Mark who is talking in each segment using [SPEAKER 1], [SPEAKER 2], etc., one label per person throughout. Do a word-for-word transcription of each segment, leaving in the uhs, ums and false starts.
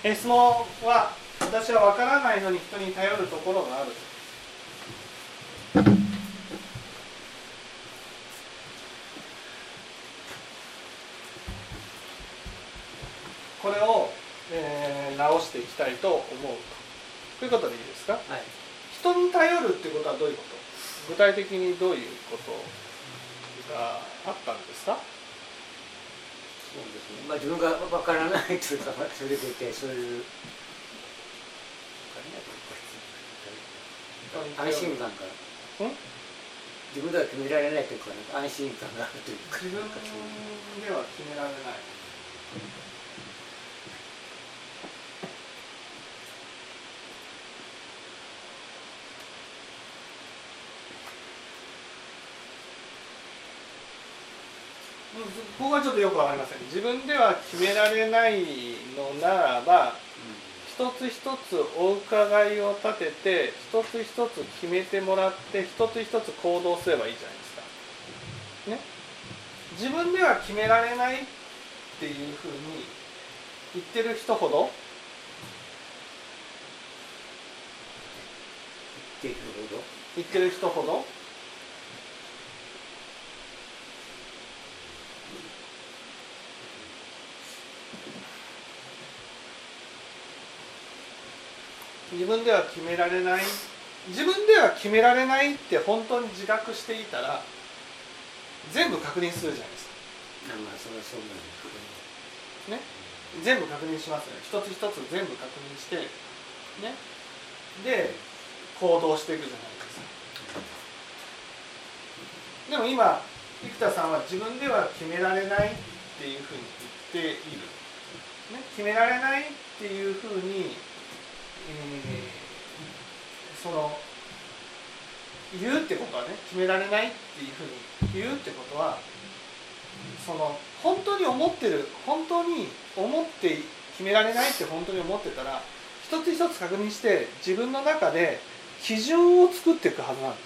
[SPEAKER 1] え質問は、私は分からないのに人に頼るところがある。これを、えー、直していきたいと思うということでいいですか？はい、人に頼るってことはどういうこと？具体的にどういうことがあったんですか？
[SPEAKER 2] そうですね、まあ、自分が分からないというか、それでいて、そういう安心感が、自分では決められないというか、安心感があるというか、
[SPEAKER 1] 自分では決められない。ここはちょっとよくわかりません。自分では決められないのならば、一つ一つお伺いを立てて、一つ一つ決めてもらって、一つ一つ行動すればいいじゃないですか。ね、自分では決められないっていうふうに言ってる人ほど、
[SPEAKER 2] 言ってるほど、
[SPEAKER 1] 言ってる人ほど、自分では決められない、自分では決められないって本当に自覚していたら全部確認するじゃないですか。
[SPEAKER 2] まあそれはそうなんです
[SPEAKER 1] ね、全部確認しますよね。一つ一つ全部確認してね、で行動していくじゃないですか。でも今生田さんは自分では決められないっていうふうに言っている、ね、決められないっていうふうにえー、その言うってことはね、決められないっていうふうに言うってことは、その本当に思ってる、本当に思って決められないって本当に思ってたら、一つ一つ確認して自分の中で基準を作っていくはずなんです。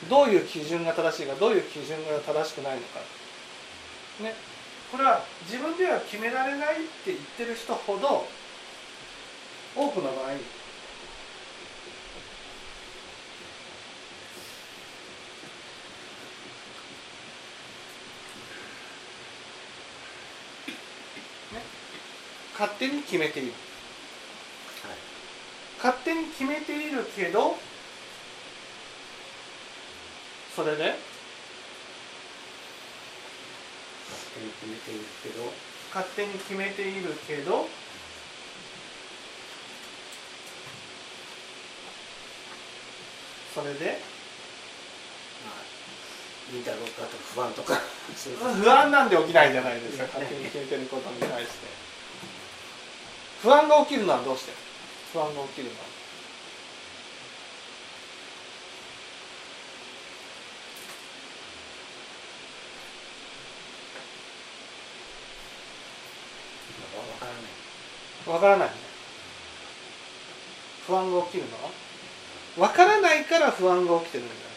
[SPEAKER 1] どういう基準が正しいか、どういう基準が正しくないのか、ね、これは自分では決められないって言ってる人ほど多くの場合、ね、勝手に決めている、はい、勝手に決めているけど、それで
[SPEAKER 2] 勝手に決めているけど
[SPEAKER 1] 勝手に決めているけどそれで、
[SPEAKER 2] まあ、いいだろうかと不安とか
[SPEAKER 1] 不安なんで起きないじゃないですか。勝手に決めてることに対して不安が起きるのはどうして？不安が起きるのは
[SPEAKER 2] わからない。
[SPEAKER 1] わからないね。不安が起きるのはわからないから不安が起きてるんじゃなくて、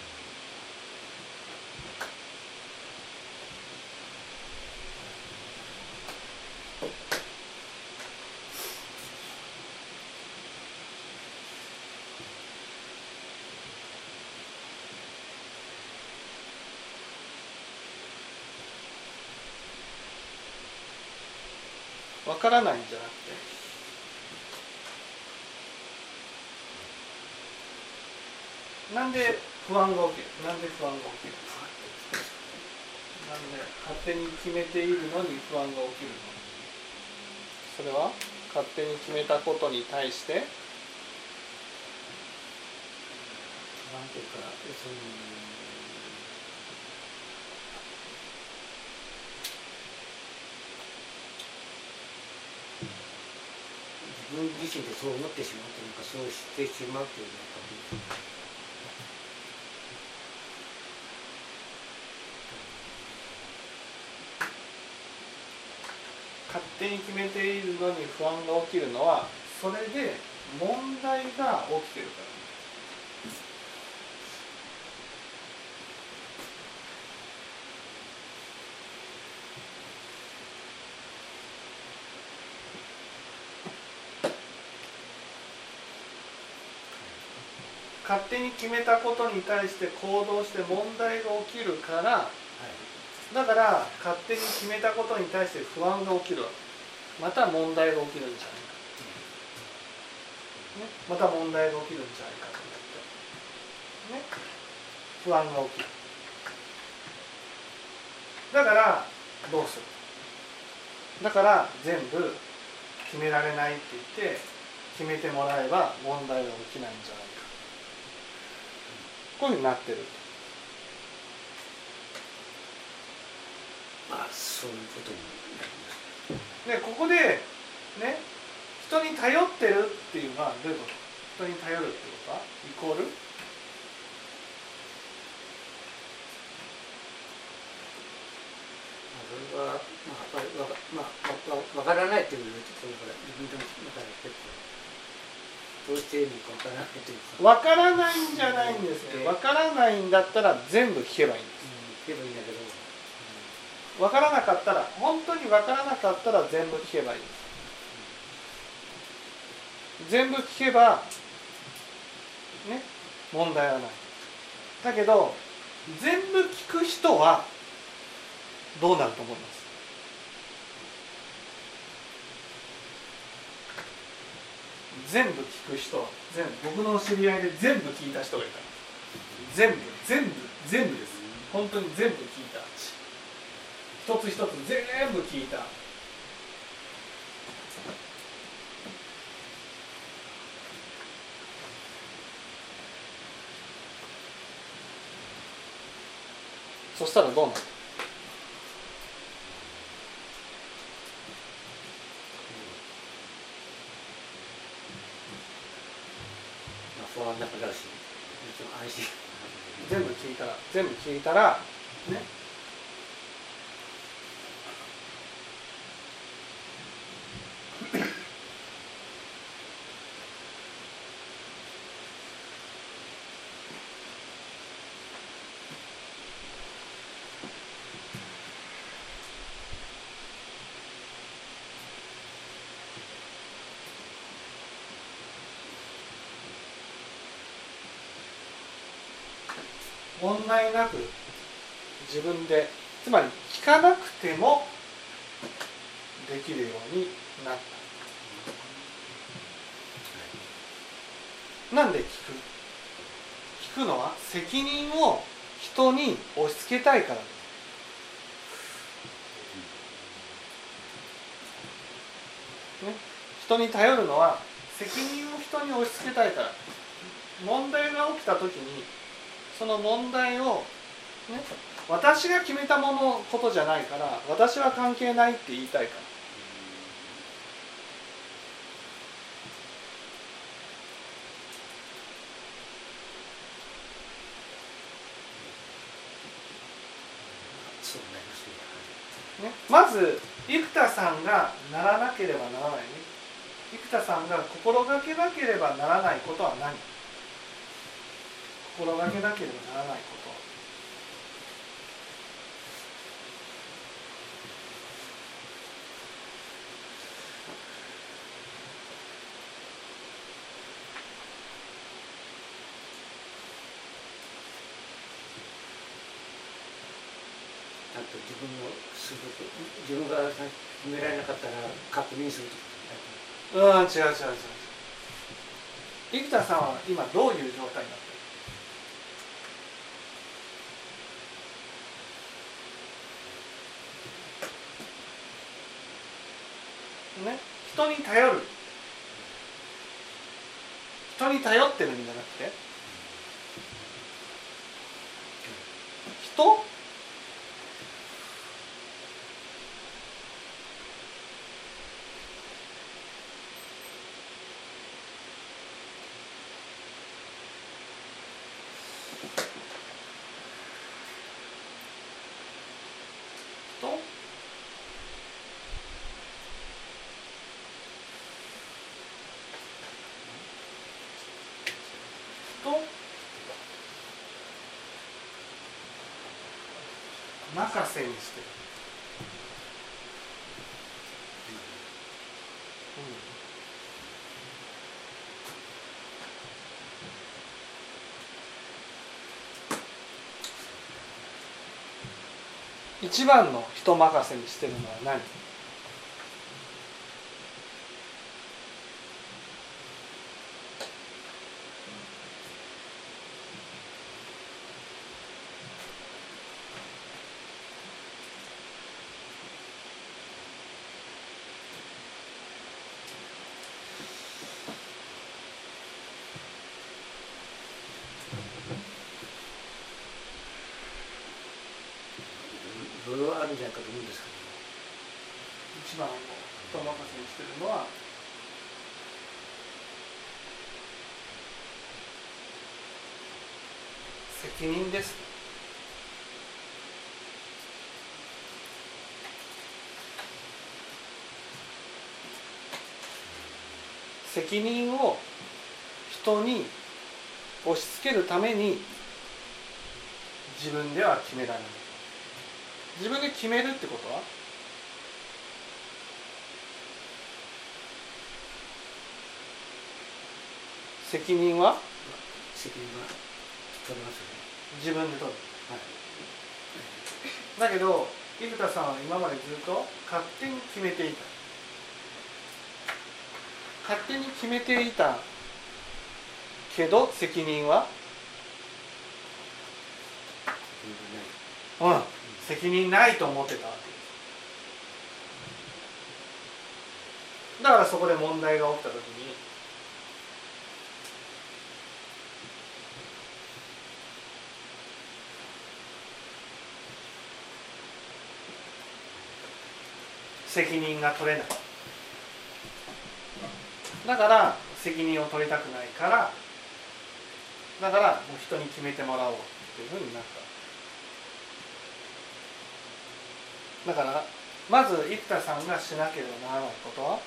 [SPEAKER 1] わからないんじゃなくて、なんで不安が起きる？なんで不安が起きる？なんで勝手に決めているのに不安が起きるの？それは勝手に決めたことに対して
[SPEAKER 2] 不安というか、その自分自身でそう思ってしまうというか、そうしてしまうというか、
[SPEAKER 1] 勝手に決めているのに不安が起きるのは、それで問題が起きてるから。 勝手に決めたことに対して行動して問題が起きるから、
[SPEAKER 2] はい、
[SPEAKER 1] だから勝手に決めたことに対して不安が起きるわけ。また問題が起きるんじゃないか、ね、また問題が起きるんじゃないかと思って、ね、不安が起きる。だからどうする？だから全部決められないって言って決めてもらえば問題が起きないんじゃないか、こういうふうになってる。
[SPEAKER 2] まあそういうことに
[SPEAKER 1] でここでね、人に頼ってるっていうのはどういうこと？人に頼るってことはイコール
[SPEAKER 2] それは、まあ、わか、まあ、わからないっていうのはちょっと自分でもだから結構どうしていいのかわからないというか。
[SPEAKER 1] わからないんじゃないんですね。わからないんだったら全部聞けばいいんです。
[SPEAKER 2] うん、聞けばいいんだけど。
[SPEAKER 1] わからなかったら、本当にわからなかったら全部聞けばいいです。全部聞けばね、問題はない。だけど全部聞く人はどうなると思います？全部聞く人は全部、僕の知り合いで全部聞いた人がいた。全部全部全部です。本当に全部聞いた。一つ一つ全部聞いた。そしたらどうなる？
[SPEAKER 2] 不安なくなるし、安心。
[SPEAKER 1] 全部聞いたら、全部聞いたらね。問題なく自分で、つまり聞かなくてもできるようになった。なんで聞く？聞くのは責任を人に押し付けたいからです。ね、人に頼るのは責任を人に押し付けたいから。問題が起きたときにその問題を、ね、私が決めたものことじゃないから私は関係ないって言いたいから。
[SPEAKER 2] そうなりますね。
[SPEAKER 1] ね、まず生田さんがならなければならないね。生田さんが心がけなければならないことは何？心がけなければならないこと。
[SPEAKER 2] あと自分のすること、自分が決められなかったら確認するとか。
[SPEAKER 1] うん、違う違う違う違う。生田さんは今どういう状態になってる？ね、人に頼る。人に頼ってるんじゃなくて、人？人？任せにしてる、うん、 一番の人任せにしてるのは何？
[SPEAKER 2] いろいろあるんじゃないかと思うんですけど、
[SPEAKER 1] 一番の人任せにしてるのは責任です。責任を人に押し付けるために自分では決められない。自分で決めるってことは責任は
[SPEAKER 2] 責任は取れますよね。
[SPEAKER 1] 自分で取る。
[SPEAKER 2] はい。
[SPEAKER 1] だけど生田さんは今までずっと勝手に決めていた。勝手に決めていたけど責任はうん、責任ないと思ってたわけです。だからそこで問題が起きたときに責任が取れない。だから責任を取りたくないから、だからもう人に決めてもらおうっていうふうになった。だからまず生田さんがしなければならないことは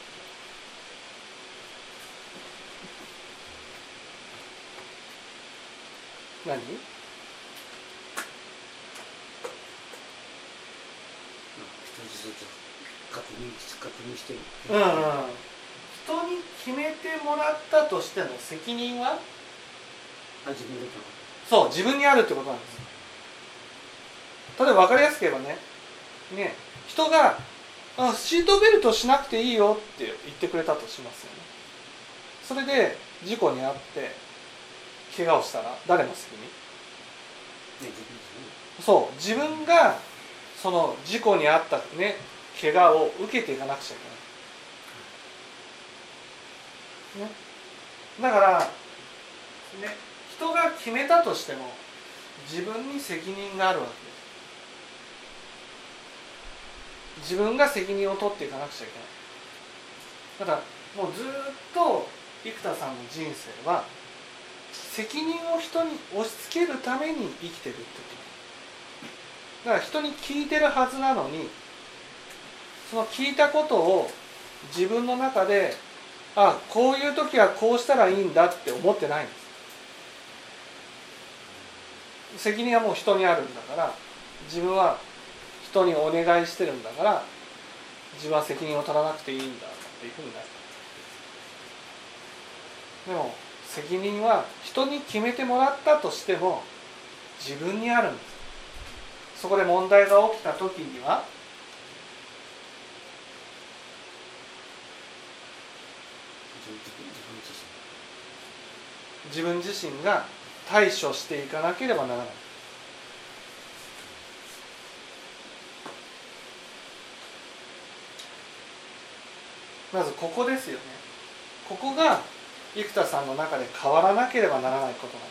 [SPEAKER 1] 何？
[SPEAKER 2] 人質確認確認してる。
[SPEAKER 1] うんうん。人に決めてもらったとしての責任は
[SPEAKER 2] あ、自分でと。
[SPEAKER 1] そう自分にあるってことなんです。例えば分かりやすく言えばね、ね人があシートベルトしなくていいよって言ってくれたとしますよね。それで事故に遭って怪我をしたら誰の責任？
[SPEAKER 2] ね、自分ですね。
[SPEAKER 1] そう自分がその事故に遭ったね怪我を受けていかなくちゃいけない。ね、だからね人が決めたとしても自分に責任があるわけです。自分が責任を取っていかなくちゃいけない。だからもうずっと生田さんの人生は責任を人に押し付けるために生きてるってこと。だから人に聞いてるはずなのに、その聞いたことを自分の中であこういう時はこうしたらいいんだって思ってないんです。責任はもう人にあるんだから、自分は人にお願いしてるんだから自分は責任を取らなくていいんだっていうふうになる。でも責任は人に決めてもらったとしても自分にあるんです。そこで問題が起きた時には自分自身が対処していかなければならない。まずここですよね。ここが生田さんの中で変わらなければならないことなんです。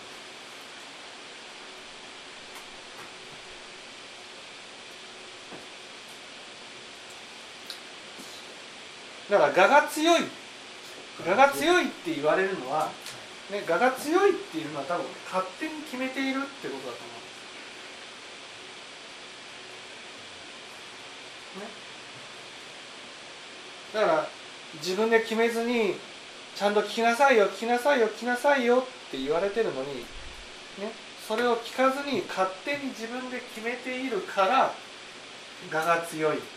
[SPEAKER 1] だから我が強い我が強いって言われるのは、ね、我が強いっていうのは多分勝手に決めているってことだと思うんです、ね、だから自分で決めずにちゃんと聞きなさいよ聞きなさいよ聞きなさいよって言われてるのに、ね、それを聞かずに勝手に自分で決めているから我が強いっていうふうに言われる。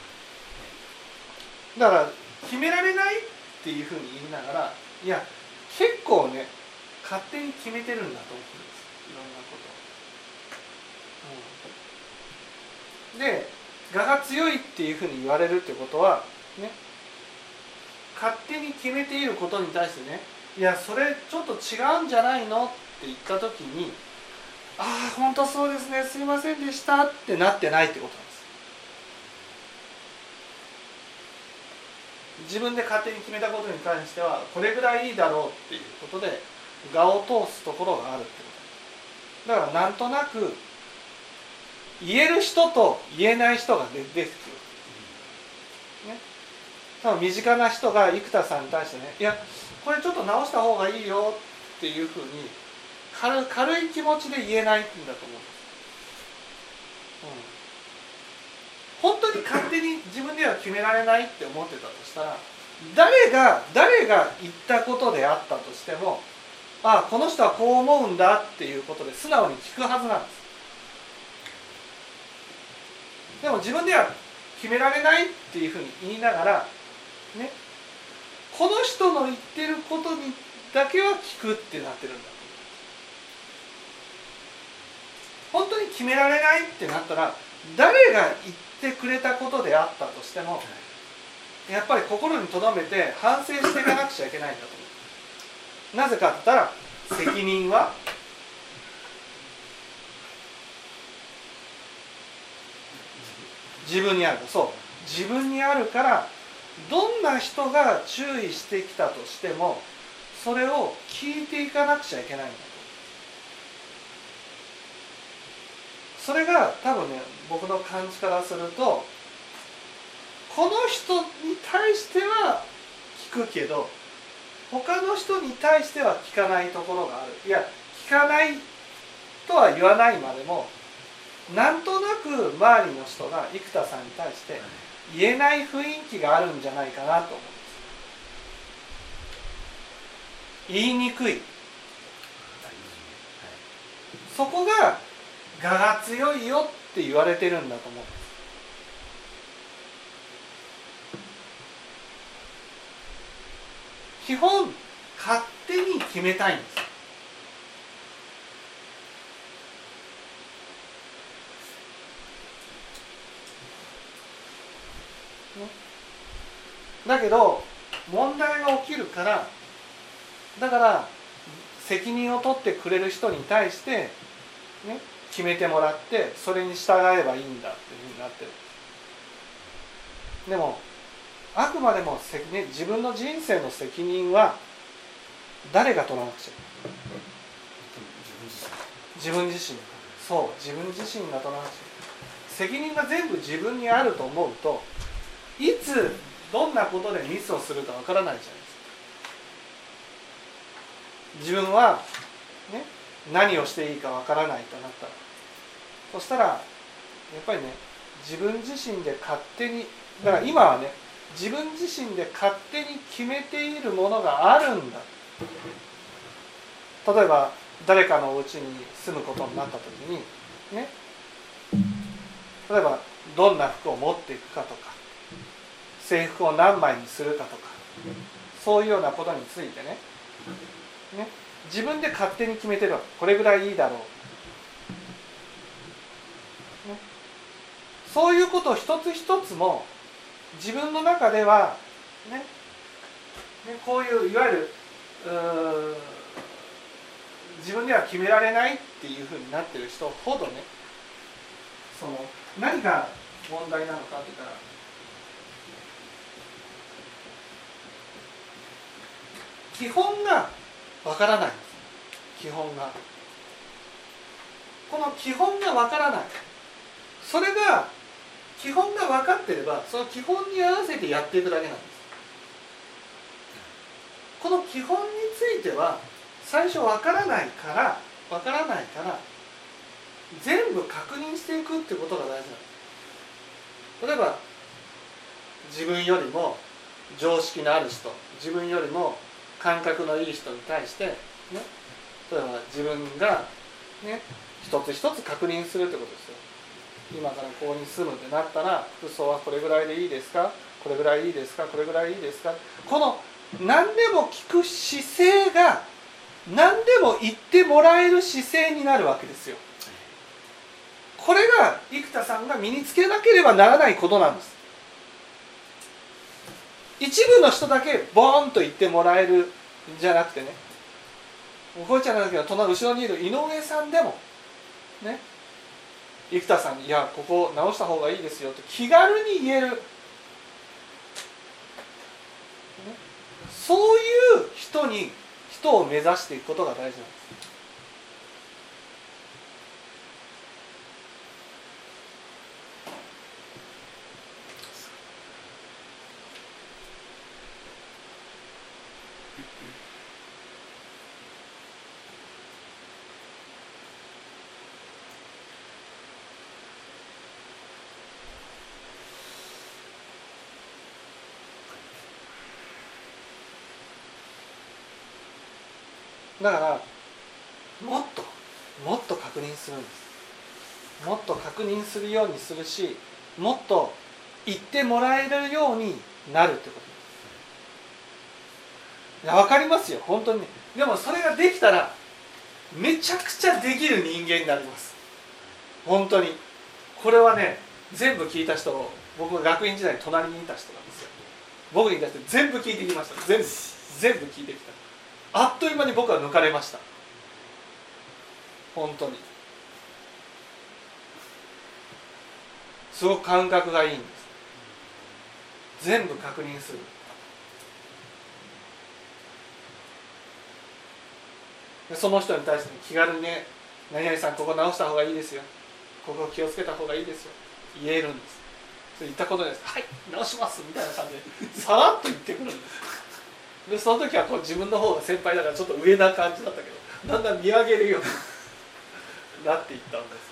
[SPEAKER 1] だから決められないっていうふうに言いながら、いや結構ね勝手に決めてるんだと思うんです、いろんなこと、うん、で我が強いっていうふうに言われるってことはね、勝手に決めていることに対してね、いやそれちょっと違うんじゃないのって言った時に、ああ本当そうですね、すいませんでしたってなってないってことなんです。自分で勝手に決めたことに関してはこれぐらいいいだろうっていうことで我を通すところがあるってことだから、なんとなく言える人と言えない人が出てくる、ね、多分身近な人が生田さんに対してね、いやこれちょっと直した方がいいよっていうふうに 軽, 軽い気持ちで言えないんだと思うんです、うん、本当に勝手に自分では決められないって思ってたとしたら、誰が誰が言ったことであったとしても、ああこの人はこう思うんだっていうことで素直に聞くはずなんです。でも自分では決められないっていうふうに言いながらね、この人の言ってることにだけは聞くってなってるんだ。本当に決められないってなったら、誰が言ってくれたことであったとしても、やっぱり心に留めて反省していかなくちゃいけないんだと思う。なぜかって言ったら、責任は自分にある。そう、自分にあるから、どんな人が注意してきたとしてもそれを聞いていかなくちゃいけないんだと。それが多分ね、僕の感じからすると、この人に対しては聞くけど他の人に対しては聞かないところがある。いや聞かないとは言わないまでも、なんとなく周りの人が生田さんに対して言えない雰囲気があるんじゃないかなと思うんです。言いにくい。そこが我が強いよって言われてるんだと思うんです。基本勝手に決めたいんです。だけど問題が起きるから、だから責任を取ってくれる人に対して、ね、決めてもらってそれに従えばいいんだっていうふうになってる。でもあくまでも、ね、自分の人生の責任は誰が取らなくちゃいけない？自分自身。そう、自分自身が取らなくちゃいけない。責任が全部自分にあると思うと、いつどんなことでミスをするかわからないじゃないですか。自分は、ね、何をしていいかわからないとなったら、そしたらやっぱりね、自分自身で勝手に、だから今はね、自分自身で勝手に決めているものがあるんだ。例えば誰かのお家に住むことになった時にね、例えばどんな服を持っていくかとか、制服を何枚にするかとか、そういうようなことについてね、ね、自分で勝手に決めてるわけ。これぐらいいいだろう、ね、そういうことを一つ一つも自分の中ではね、ね、こういういわゆる、う自分では決められないっていうふうになっている人ほどね、その何が問題なのかというと、基本がわからないんです。基本がこの基本がわからない。それが基本が分かってれば、その基本に合わせてやっていくだけなんです。この基本については最初分からないから分からないから全部確認していくってことが大事なんです。例えば自分よりも常識のある人、自分よりも感覚のいい人に対して、ね、例えば自分が、ね、一つ一つ確認するってことですよ。今からここに住むってなったら、服装はこれぐらいでいいですか、これぐらいいいですか、これぐらいいいですか、この何でも聞く姿勢が何でも言ってもらえる姿勢になるわけですよ。これが生田さんが身につけなければならないことなんです。一部の人だけボーンと言ってもらえるんじゃなくてね、こいちゃんの時の隣後ろにいる井上さんでもね、生田さんに「いやここ直した方がいいですよ」と気軽に言える、ね、そういう人に人を目指していくことが大事なんです。だからもっともっと確認するんです。もっと確認するようにするし、もっと言ってもらえるようになるってことです。いや分かりますよ本当にね。でもそれができたらめちゃくちゃできる人間になります。本当にこれはね、全部聞いた人を、僕が学院時代に隣にいた人なんですよ。僕に対して全部聞いてきました。全部全部聞いてきた。あっという間に僕は抜かれました。本当にすごく感覚がいいんです。全部確認する。でその人に対して気軽にね、何々さんここ直した方がいいですよ、ここ気をつけた方がいいですよ、言えるんです。それ言ったことです。はい直しますみたいな感じでさらっと言ってくるんです。でその時はこう自分の方が先輩だからちょっと上な感じだったけど、だんだん見上げるようになっていったんですよ。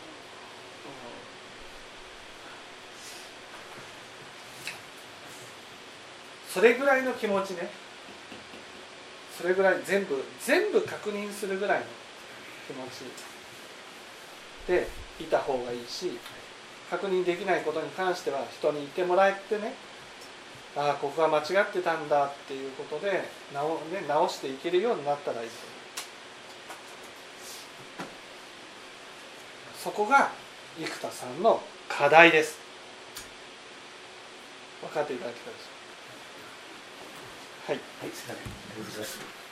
[SPEAKER 1] それぐらいの気持ちね、それぐらい全部全部確認するぐらいの気持ちでいた方がいいし、確認できないことに関しては人に言ってもらえてね、ああここが間違ってたんだっていうことで直、ね、直していけるようになったらいいと。そこが生田さんの課題です。分かっていただけたでしょうか。はい、
[SPEAKER 2] はい、すみません。ありがとうございます。